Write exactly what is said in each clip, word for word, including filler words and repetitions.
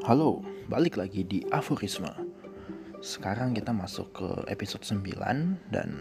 Halo, balik lagi di Aforisma. Sekarang kita masuk ke episode sembilan dan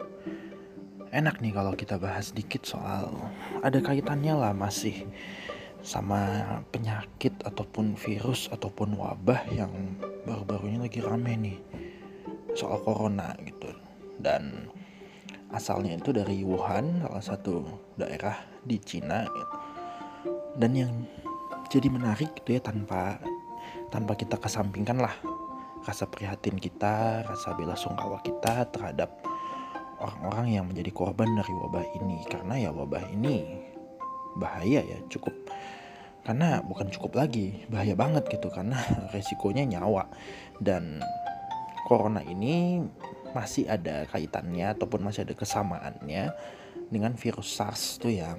enak nih kalau kita bahas dikit soal ada kaitannya lah masih sama penyakit ataupun virus ataupun wabah yang baru-baru ini lagi rame nih, soal corona gitu. Dan asalnya itu dari Wuhan, salah satu daerah di Cina gitu. Dan yang jadi menarik gitu ya, tanpa tanpa kita kesampingkan lah rasa prihatin kita, rasa bela sungkawa kita terhadap orang-orang yang menjadi korban dari wabah ini. Karena ya wabah ini bahaya ya, cukup, karena bukan cukup lagi, bahaya banget gitu, karena resikonya nyawa. Dan corona ini masih ada kaitannya ataupun masih ada kesamaannya dengan virus SARS tuh yang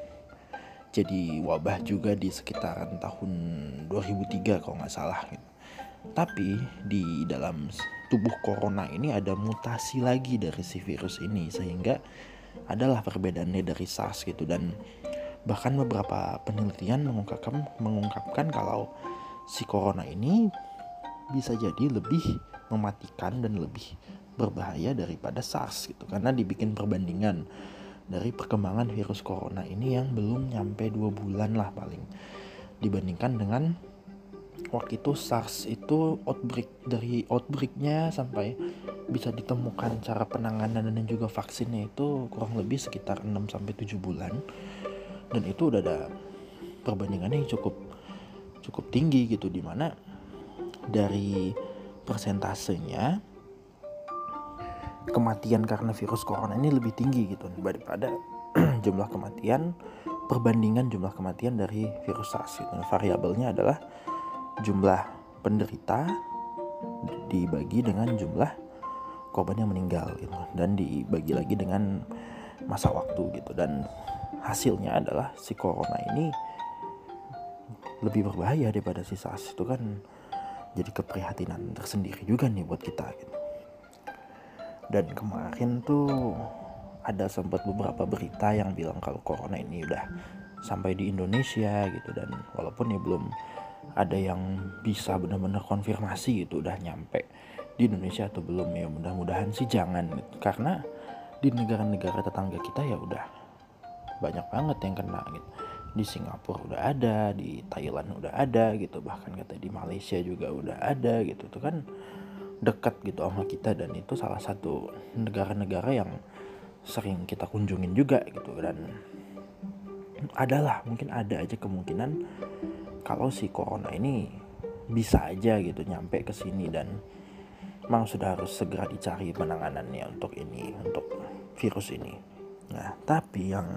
jadi wabah juga di sekitaran tahun dua ribu tiga kalau nggak salah gitu. Tapi di dalam tubuh corona ini ada mutasi lagi dari si virus ini, sehingga adalah perbedaannya dari SARS gitu. Dan bahkan beberapa penelitian mengungkapkan mengungkapkan kalau si corona ini bisa jadi lebih mematikan dan lebih berbahaya daripada SARS gitu, karena dibikin perbandingan dari perkembangan virus corona ini yang belum nyampe dua bulan lah paling, dibandingkan dengan waktu itu SARS itu outbreak, dari outbreaknya sampai bisa ditemukan cara penanganan dan juga vaksinnya itu kurang lebih sekitar enam sampai tujuh bulan. Dan itu udah ada perbandingannya yang cukup cukup tinggi gitu, dimana dari persentasenya kematian karena virus corona ini lebih tinggi gitu daripada jumlah kematian perbandingan jumlah kematian dari virus SARS gitu. Variabelnya adalah jumlah penderita dibagi dengan jumlah korban yang meninggal gitu, dan dibagi lagi dengan masa waktu gitu. Dan hasilnya adalah si corona ini lebih berbahaya daripada si SARS. Itu kan jadi keprihatinan tersendiri juga nih buat kita gitu. Dan kemarin tuh ada sempat beberapa berita yang bilang kalau corona ini udah sampai di Indonesia gitu, dan walaupun ya belum ada yang bisa benar-benar konfirmasi gitu udah nyampe di Indonesia atau belum, ya mudah-mudahan sih jangan gitu. Karena di negara-negara tetangga kita ya udah banyak banget yang kena gitu. Di Singapura udah ada, di Thailand udah ada gitu, bahkan kata di Malaysia juga udah ada gitu. Itu kan dekat gitu sama kita, dan itu salah satu negara-negara yang sering kita kunjungin juga gitu. Dan adalah mungkin ada aja kemungkinan kalau si corona ini bisa aja gitu nyampe ke sini, dan memang sudah harus segera dicari penanganannya untuk ini, untuk virus ini. Nah, tapi yang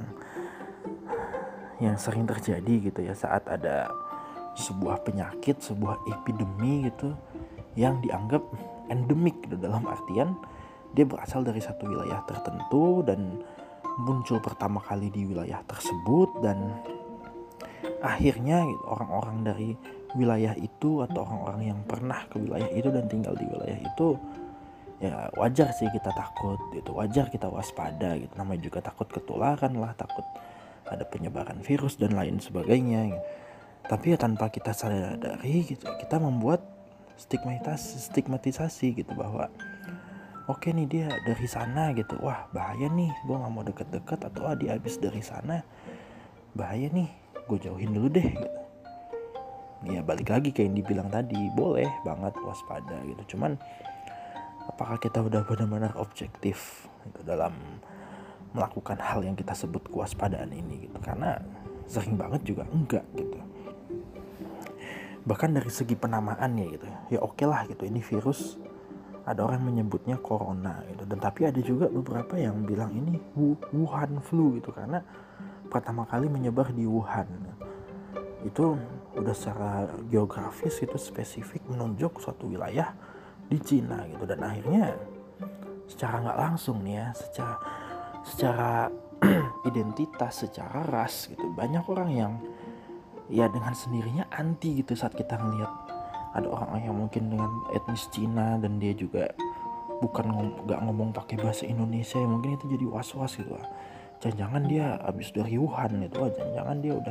yang sering terjadi gitu ya, saat ada sebuah penyakit, sebuah epidemi gitu yang dianggap endemik gitu, dalam artian dia berasal dari satu wilayah tertentu dan muncul pertama kali di wilayah tersebut, dan akhirnya gitu, orang-orang dari wilayah itu atau orang-orang yang pernah ke wilayah itu dan tinggal di wilayah itu, ya wajar sih kita takut gitu, wajar kita waspada gitu. Namanya juga takut ketularan lah, takut ada penyebaran virus dan lain sebagainya gitu. Tapi ya tanpa kita sadari gitu, kita membuat stigmatisasi, stigmatisasi gitu, bahwa oke nih dia dari sana gitu, wah bahaya nih, gue nggak mau deket-deket, atau ah dia habis dari sana, bahaya nih, gue jauhin dulu deh gitu. Ya balik lagi kayak yang dibilang tadi, boleh banget waspada gitu, cuman apakah kita udah benar-benar objektif gitu dalam melakukan hal yang kita sebut kewaspadaan ini gitu? Karena sering banget juga enggak gitu. Bahkan dari segi penamaannya gitu, ya oke lah gitu, ini virus, ada orang menyebutnya corona gitu, dan tapi ada juga beberapa yang bilang ini Wuhan flu gitu, karena pertama kali menyebar di Wuhan. Itu udah secara geografis itu spesifik menunjuk suatu wilayah di Cina gitu. Dan akhirnya secara nggak langsung nih ya, secara secara identitas, secara ras gitu, banyak orang yang ya dengan sendirinya anti gitu saat kita ngelihat ada orang yang mungkin dengan etnis Cina dan dia juga bukan ngom- gak ngomong pakai bahasa Indonesia, ya mungkin itu jadi was-was gitu lah. Jangan-jangan dia habis dari Wuhan gitu, oh, jangan-jangan dia udah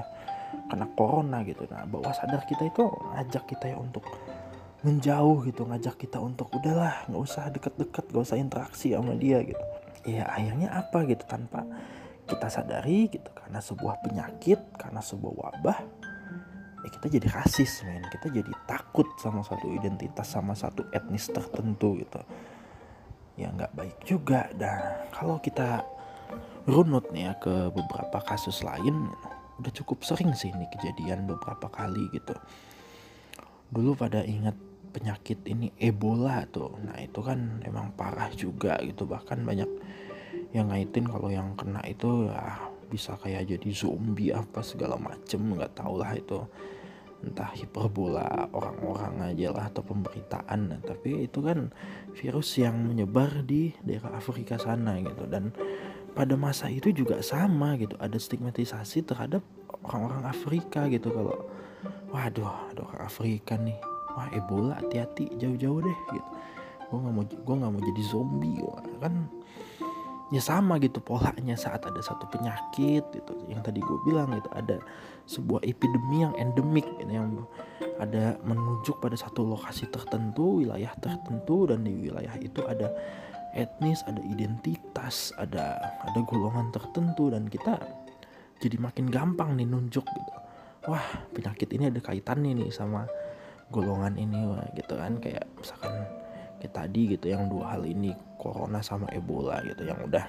kena corona gitu. Nah, bawah sadar kita itu ngajak kita ya untuk menjauh gitu, ngajak kita untuk udahlah nggak usah deket-deket, nggak usah interaksi sama dia gitu. Ya akhirnya apa gitu, tanpa kita sadari gitu, karena sebuah penyakit, karena sebuah wabah, ya kita jadi rasis men, kita jadi takut sama satu identitas, sama satu etnis tertentu gitu. Ya nggak baik juga. Dan kalau kita runut nih ya ke beberapa kasus lain, udah cukup sering sih ini kejadian beberapa kali gitu. Dulu pada ingat penyakit ini Ebola tuh, nah itu kan emang parah juga gitu, bahkan banyak yang ngaitin kalau yang kena itu ya bisa kayak jadi zombie apa segala macem, nggak tau lah itu entah hiperbola orang-orang aja lah atau pemberitaan. Nah, tapi itu kan virus yang menyebar di daerah Afrika sana gitu, dan pada masa itu juga sama gitu, ada stigmatisasi terhadap orang-orang Afrika gitu. Kalau waduh ada orang Afrika nih, wah Ebola hati-hati, jauh-jauh deh gitu, gue nggak mau gue nggak mau jadi zombie. Wah, kan ya sama gitu polanya saat ada satu penyakit itu yang tadi gue bilang gitu, ada sebuah epidemi yang endemik gitu, yang ada menunjuk pada satu lokasi tertentu, wilayah tertentu, dan di wilayah itu ada etnis, ada identitas, ada ada golongan tertentu, dan kita jadi makin gampang nih nunjuk gitu, wah penyakit ini ada kaitannya nih sama golongan ini, wah gitu kan. Kayak misalkan kayak tadi gitu, yang dua hal ini, corona sama Ebola gitu, yang udah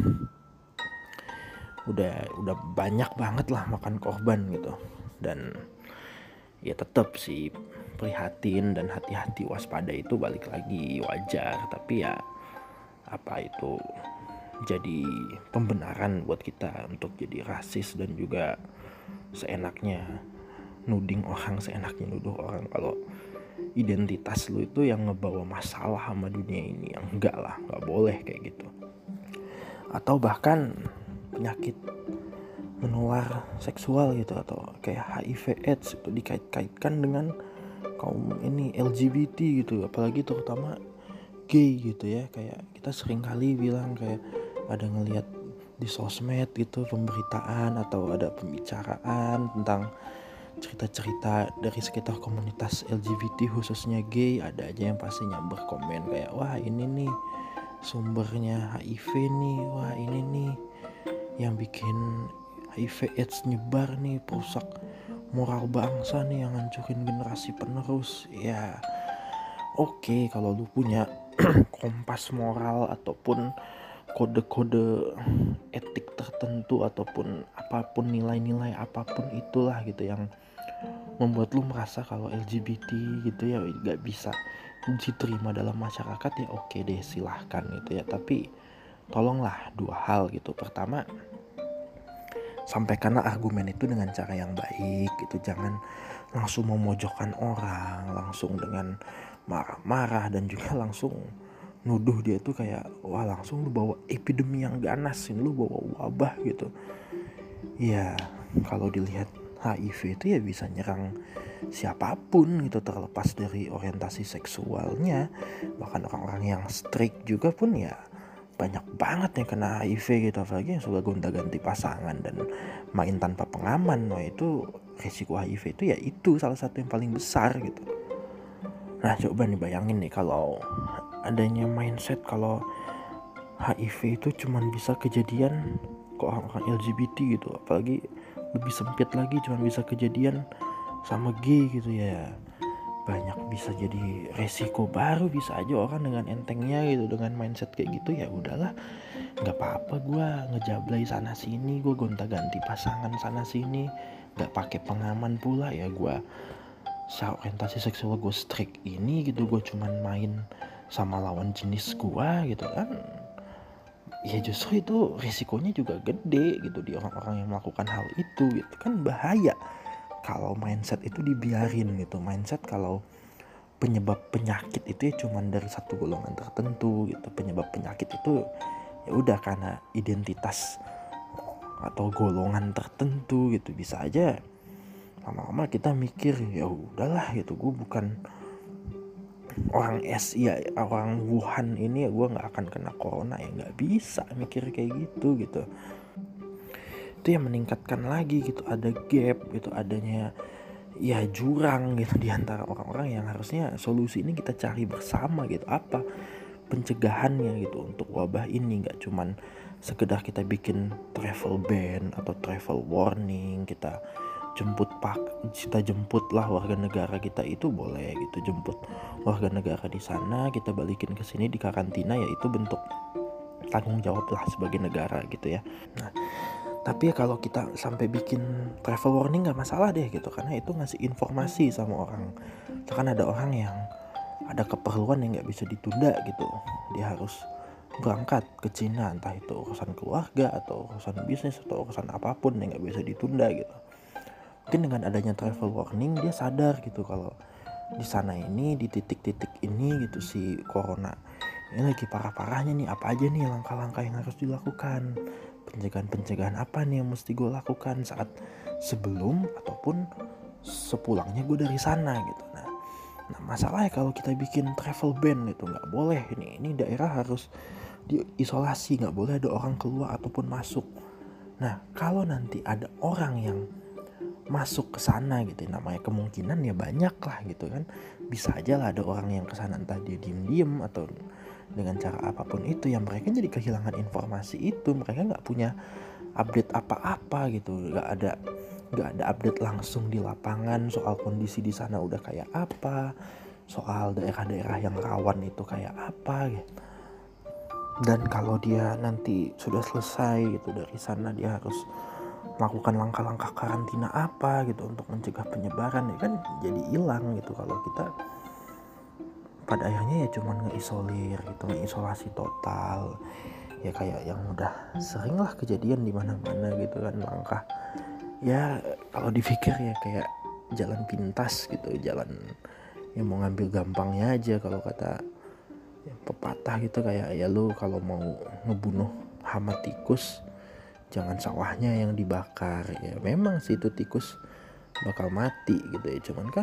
udah udah banyak banget lah makan korban gitu. Dan ya tetap sih prihatin dan hati-hati, waspada itu balik lagi wajar, tapi ya apa itu jadi pembenaran buat kita untuk jadi rasis dan juga seenaknya nuding orang, seenaknya nuduh orang kalau identitas lu itu yang ngebawa masalah sama dunia ini. Yang enggak lah, nggak boleh kayak gitu. Atau bahkan penyakit menular seksual gitu, atau kayak H I V AIDS itu dikait-kaitkan dengan kaum ini L G B T gitu, apalagi terutama gay gitu ya. Kayak kita sering kali bilang kayak ada ngelihat di sosmed gitu pemberitaan atau ada pembicaraan tentang cerita-cerita dari sekitar komunitas L G B T khususnya gay, ada aja yang pasti nyamber komen kayak wah ini nih sumbernya H I V nih, wah ini nih yang bikin H I V AIDS nyebar nih, perusak moral bangsa nih, yang ngancurin generasi penerus. Ya oke okay, kalau lu punya kompas moral ataupun kode-kode etik tertentu ataupun apapun, nilai-nilai apapun itulah gitu yang membuat lu merasa kalau L G B T gitu ya gak bisa diterima dalam masyarakat, ya oke deh silahkan gitu ya. Tapi tolonglah dua hal gitu. Pertama, sampaikanlah argumen itu dengan cara yang baik gitu, jangan langsung memojokkan orang, langsung dengan marah-marah dan juga langsung nuduh dia tuh kayak wah langsung lu bawa epidemi yang ganas, lu bawa wabah gitu. Ya kalau dilihat H I V itu ya bisa nyerang siapapun gitu, terlepas dari orientasi seksualnya. Bahkan orang-orang yang strict juga pun ya banyak banget yang kena H I V gitu, apalagi yang suka gonta-ganti pasangan dan main tanpa pengaman. Nah itu resiko H I V itu ya itu salah satu yang paling besar gitu. Nah coba nih bayangin nih kalau adanya mindset kalau H I V itu cuman bisa kejadian ke orang-orang L G B T gitu, apalagi lebih sempit lagi cuman bisa kejadian sama gay gitu ya, banyak bisa jadi resiko baru. Bisa aja orang dengan entengnya gitu, dengan mindset kayak gitu, ya udahlah nggak apa-apa gue ngejablay sana sini, gue gonta-ganti pasangan sana sini, nggak pakai pengaman pula, ya gue orientasi seksual gue strict ini gitu, gue cuman main sama lawan jenis gue gitu kan. Ya justru itu risikonya juga gede gitu di orang-orang yang melakukan hal itu gitu kan. Bahaya kalau mindset itu dibiarin gitu. Mindset kalau penyebab penyakit itu ya cuman dari satu golongan tertentu gitu. Penyebab penyakit itu ya udah karena identitas atau golongan tertentu gitu. Bisa aja lama-lama kita mikir ya udahlah gitu, gue bukan orang S ya orang Wuhan ini, ya gue nggak akan kena corona, ya nggak bisa mikir kayak gitu gitu. itu yang meningkatkan lagi gitu, ada gap gitu, adanya ya jurang gitu di antara orang-orang yang harusnya solusi ini kita cari bersama gitu. Apa pencegahannya gitu untuk wabah ini, nggak cuman sekedar kita bikin travel ban atau travel warning, kita jemput pak kita jemputlah warga negara kita itu boleh gitu, jemput warga negara di sana kita balikin ke sini di karantina, yaitu bentuk tanggung jawab lah sebagai negara gitu ya. Nah tapi ya kalau kita sampai bikin travel warning nggak masalah deh gitu, karena itu ngasih informasi sama orang. Kan ada orang yang ada keperluan yang nggak bisa ditunda gitu, dia harus berangkat ke Cina, entah itu urusan keluarga atau urusan bisnis atau urusan apapun yang nggak bisa ditunda gitu. Mungkin dengan adanya travel warning dia sadar gitu kalau di sana ini, di titik-titik ini gitu si corona ini lagi parah-parahnya nih, apa aja nih langkah-langkah yang harus dilakukan, pencegahan-pencegahan apa nih yang mesti gue lakukan saat sebelum ataupun sepulangnya gue dari sana gitu. Nah, nah masalahnya kalau kita bikin travel ban itu nggak boleh, ini ini daerah harus diisolasi, nggak boleh ada orang keluar ataupun masuk. Nah kalau nanti ada orang yang masuk ke sana gitu, namanya kemungkinan ya banyak lah gitu kan, bisa aja lah ada orang yang kesana entah dia diem-diem atau dengan cara apapun itu, yang mereka jadi kehilangan informasi itu, mereka nggak punya update apa-apa gitu, nggak ada nggak ada update langsung di lapangan soal kondisi di sana udah kayak apa, soal daerah-daerah yang rawan itu kayak apa gitu. Dan kalau dia nanti sudah selesai gitu dari sana, dia harus melakukan langkah-langkah karantina apa gitu untuk mencegah penyebaran, ya kan jadi hilang gitu kalau kita pada akhirnya ya cuman ngeisolir gitu, ngeisolasi total. Ya kayak yang udah sering lah kejadian di mana-mana gitu kan, langkah ya kalau dipikir ya kayak jalan pintas gitu, jalan yang mau ngambil gampangnya aja. Kalau kata ya, pepatah gitu kayak ya lu kalau mau ngebunuh hama tikus jangan sawahnya yang dibakar. Ya memang sih itu tikus bakal mati gitu ya, cuman kan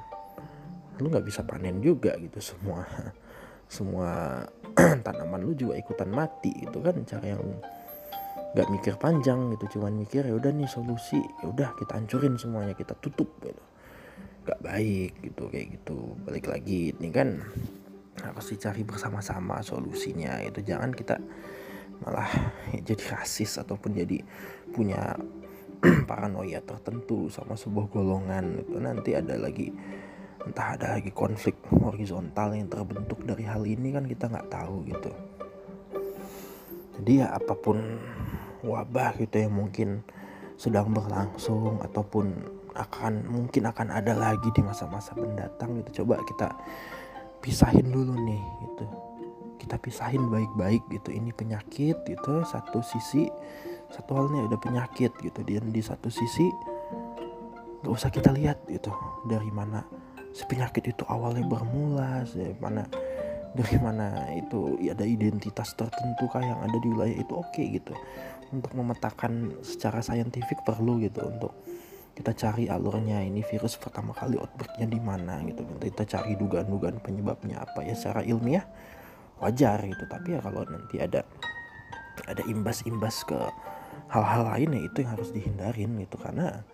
lu nggak bisa panen juga gitu, semua semua tanaman lu juga ikutan mati gitu kan. Cara yang nggak mikir panjang gitu, cuman mikir ya udah nih solusi, ya udah kita hancurin semuanya, kita tutup gitu, nggak baik gitu kayak gitu. Balik lagi ini kan harus dicari bersama-sama solusinya itu, jangan kita malah ya jadi rasis ataupun jadi punya paranoia tertentu sama sebuah golongan itu. Nanti ada lagi entah ada lagi konflik horizontal yang terbentuk dari hal ini kan kita nggak tahu gitu. Jadi ya apapun wabah gitu yang mungkin sedang berlangsung ataupun akan mungkin akan ada lagi di masa-masa mendatang gitu, coba kita pisahin dulu nih gitu, kita pisahin baik-baik gitu. Ini penyakit gitu satu sisi, satu halnya ada penyakit gitu, dan di satu sisi nggak usah kita lihat gitu dari mana si penyakit itu awalnya bermula, dari mana dari mana itu ya, ada identitas tertentu kah yang ada di wilayah itu. Oke gitu, untuk memetakan secara saintifik perlu gitu, untuk kita cari alurnya, ini virus pertama kali outbreaknya di mana gitu, kita cari dugaan-dugaan penyebabnya apa ya, secara ilmiah wajar gitu. Tapi ya kalau nanti ada ada imbas-imbas ke hal-hal lain ya itu yang harus dihindarin gitu, karena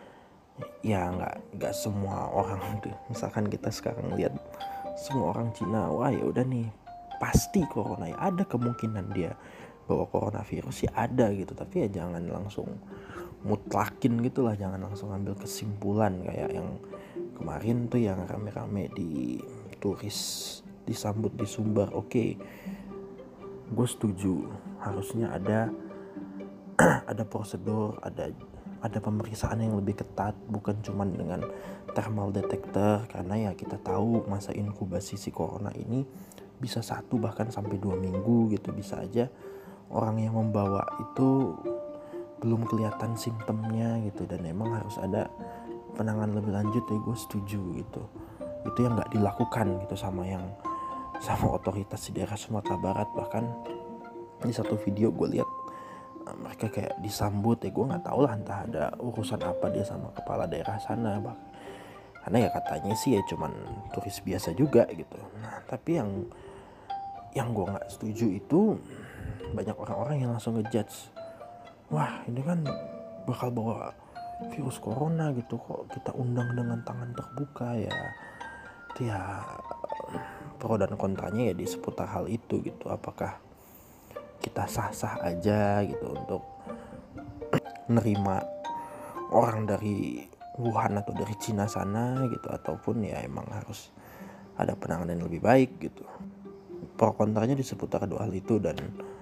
ya nggak nggak semua orang tuh, misalkan kita sekarang lihat semua orang Cina, wah ya udah nih pasti corona, ya ada kemungkinan dia bawa coronavirus ya ada gitu, tapi ya jangan langsung mutlakin gitulah, jangan langsung ambil kesimpulan kayak yang kemarin tuh yang rame-rame di turis disambut di Sumbar. Oke, gue setuju harusnya ada ada prosedur, ada ada pemeriksaan yang lebih ketat, bukan cuma dengan thermal detector, karena ya kita tahu masa inkubasi si corona ini bisa satu bahkan sampai dua minggu gitu. Bisa aja orang yang membawa itu belum kelihatan simptomnya gitu, dan emang harus ada penanganan lebih lanjut ya, gue setuju gitu. Itu yang nggak dilakukan gitu sama yang sama otoritas di daerah Sumatera Barat. Bahkan di satu video gue lihat mereka kayak disambut ya, gue nggak tahu lah entah ada urusan apa dia sama kepala daerah sana, bah karena ya katanya sih ya cuman turis biasa juga gitu. Nah tapi yang yang gue nggak setuju itu banyak orang-orang yang langsung ngejudge, wah ini kan bakal bawa virus corona gitu, kok kita undang dengan tangan terbuka ya. Itu ya pro dan kontranya ya di seputar hal itu gitu. Apakah kita sah-sah aja gitu untuk nerima orang dari Wuhan atau dari Cina sana gitu, ataupun ya emang harus ada penanganan yang lebih baik gitu. Pro kontranya di seputar dua hal itu, dan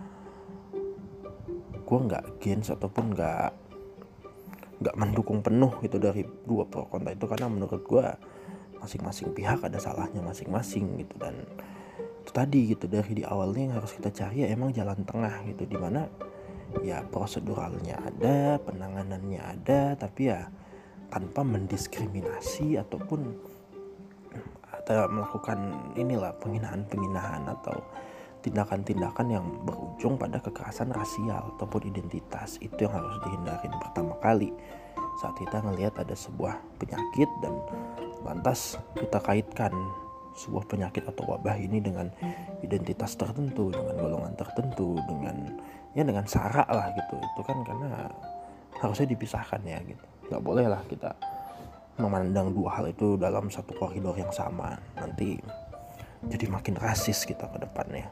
gue nggak against ataupun nggak nggak mendukung penuh gitu dari dua pro kontra itu, karena menurut gue masing-masing pihak ada salahnya masing-masing gitu. Dan itu tadi gitu, dari di awalnya yang harus kita cari ya emang jalan tengah gitu, dimana ya proseduralnya ada, penanganannya ada, tapi ya tanpa mendiskriminasi ataupun atau melakukan inilah penghinaan-penghinaan atau tindakan-tindakan yang berujung pada kekerasan rasial ataupun identitas. Itu yang harus dihindarin pertama kali saat kita ngelihat ada sebuah penyakit dan lantas kita kaitkan sebuah penyakit atau wabah ini dengan identitas tertentu, dengan golongan tertentu, dengan ya dengan sara lah gitu. Itu kan karena harusnya dipisahkan ya gitu. Nggak boleh lah kita memandang dua hal itu dalam satu koridor yang sama, nanti jadi makin rasis kita ke depannya.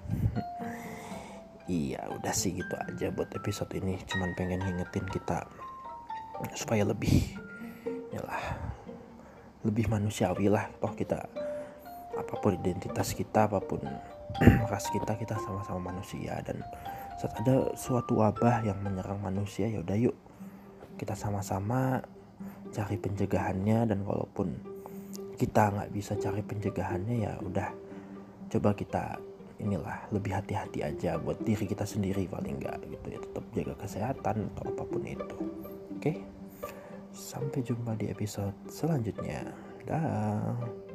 Iya, udah sih gitu aja buat episode ini. Cuman pengen ngingetin kita supaya lebih yalah, lebih manusiawi lah. Toh kita apapun identitas kita, apapun ras kita, kita sama-sama manusia. Dan saat ada suatu wabah yang menyerang manusia, ya udah yuk kita sama-sama cari pencegahannya. Dan walaupun kita nggak bisa cari pencegahannya, ya udah coba kita inilah lebih hati-hati aja buat diri kita sendiri paling nggak gitu ya. Tetap jaga kesehatan atau apapun itu. Oke, sampai jumpa di episode selanjutnya. Dah.